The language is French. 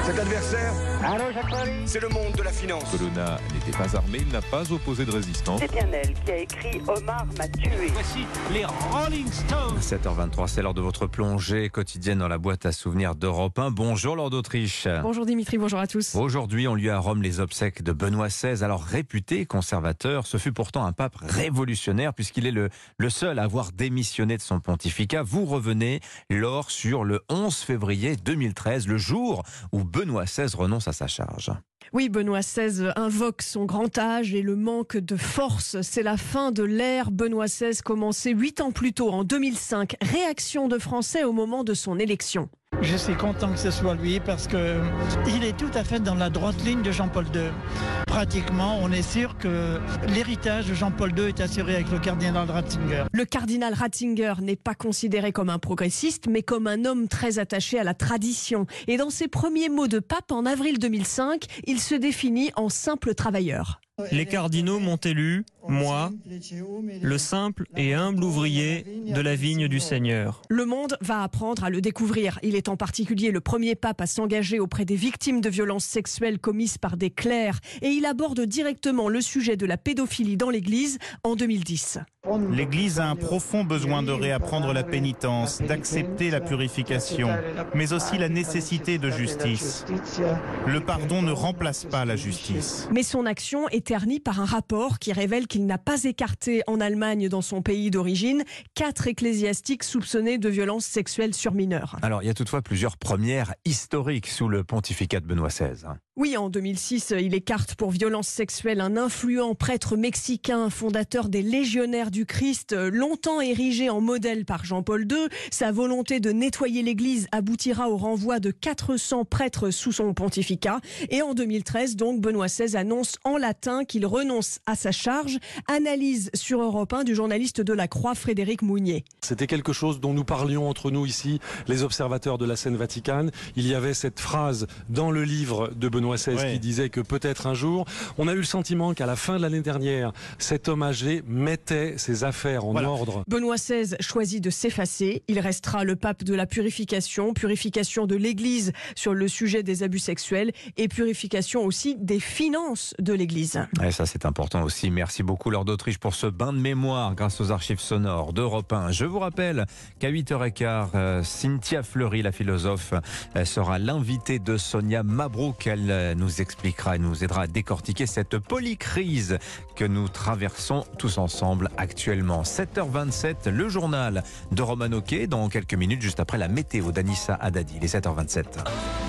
Cet adversaire, c'est le monde de la finance. Colonna n'était pas armé, il n'a pas opposé de résistance. C'est bien elle qui a écrit « Omar m'a tué ». Voici les Rolling Stones. 7h23, c'est l'heure de votre plongée quotidienne dans la boîte à souvenirs d'Europe 1. Bonjour Lord d'Autriche. Bonjour Dimitri, bonjour à tous. Aujourd'hui ont lieu à Rome les obsèques de Benoît XVI. Alors réputé conservateur, ce fut pourtant un pape révolutionnaire puisqu'il est le seul à avoir démissionné de son pontificat. Vous revenez, Laure, sur le 11 février 2013, le jour où Benoît XVI renonce à sa charge. Oui, Benoît XVI invoque son grand âge et le manque de force. C'est la fin de l'ère Benoît XVI commencée 8 ans plus tôt, en 2005. Réaction de Français au moment de son élection. Je suis content que ce soit lui parce qu'il est tout à fait dans la droite ligne de Jean-Paul II. Pratiquement, on est sûr que l'héritage de Jean-Paul II est assuré avec le cardinal Ratzinger. Le cardinal Ratzinger n'est pas considéré comme un progressiste, mais comme un homme très attaché à la tradition. Et dans ses premiers mots de pape en avril 2005, il se définit en simple travailleur. Les cardinaux m'ont élu, moi, le simple et humble ouvrier de la vigne du Seigneur. Le monde va apprendre à le découvrir. Il est en particulier le premier pape à s'engager auprès des victimes de violences sexuelles commises par des clercs. Et il aborde directement le sujet de la pédophilie dans l'Église en 2010. L'Église a un profond besoin de réapprendre la pénitence, d'accepter la purification, mais aussi la nécessité de justice. Le pardon ne remplace pas la justice. Mais son action est ternie par un rapport qui révèle qu'il n'a pas écarté en Allemagne, dans son pays d'origine, 4 ecclésiastiques soupçonnés de violences sexuelles sur mineurs. Alors, il y a toutefois plusieurs premières historiques sous le pontificat de Benoît XVI. Oui, en 2006, il écarte pour violences sexuelles un influent prêtre mexicain, fondateur des Légionnaires du Christ, longtemps érigé en modèle par Jean-Paul II. Sa volonté de nettoyer l'Église aboutira au renvoi de 400 prêtres sous son pontificat. Et en 2013, donc, Benoît XVI annonce en latin qu'il renonce à sa charge. Analyse sur Europe 1 du journaliste de la Croix, Frédéric Mounier. C'était quelque chose dont nous parlions entre nous ici, les observateurs de la scène Vaticane. Il y avait cette phrase dans le livre de Benoît XVI qui disait que peut-être un jour, on a eu le sentiment qu'à la fin de l'année dernière, cet homme âgé mettait ses affaires en ordre. Benoît XVI choisit de s'effacer. Il restera le pape de la purification de l'Église sur le sujet des abus sexuels et purification aussi des finances de l'Église. Et ça, c'est important aussi. Merci beaucoup, Lord d'Autriche, pour ce bain de mémoire grâce aux archives sonores d'Europe 1. Je vous rappelle qu'à 8h15, Cynthia Fleury, la philosophe, sera l'invitée de Sonia Mabrouk. Elle nous expliquera et nous aidera à décortiquer cette polycrise que nous traversons tous ensemble actuellement. 7h27, le journal de Roman Oquet. Dans quelques minutes, juste après la météo d'Anissa Haddadi. Il est 7h27.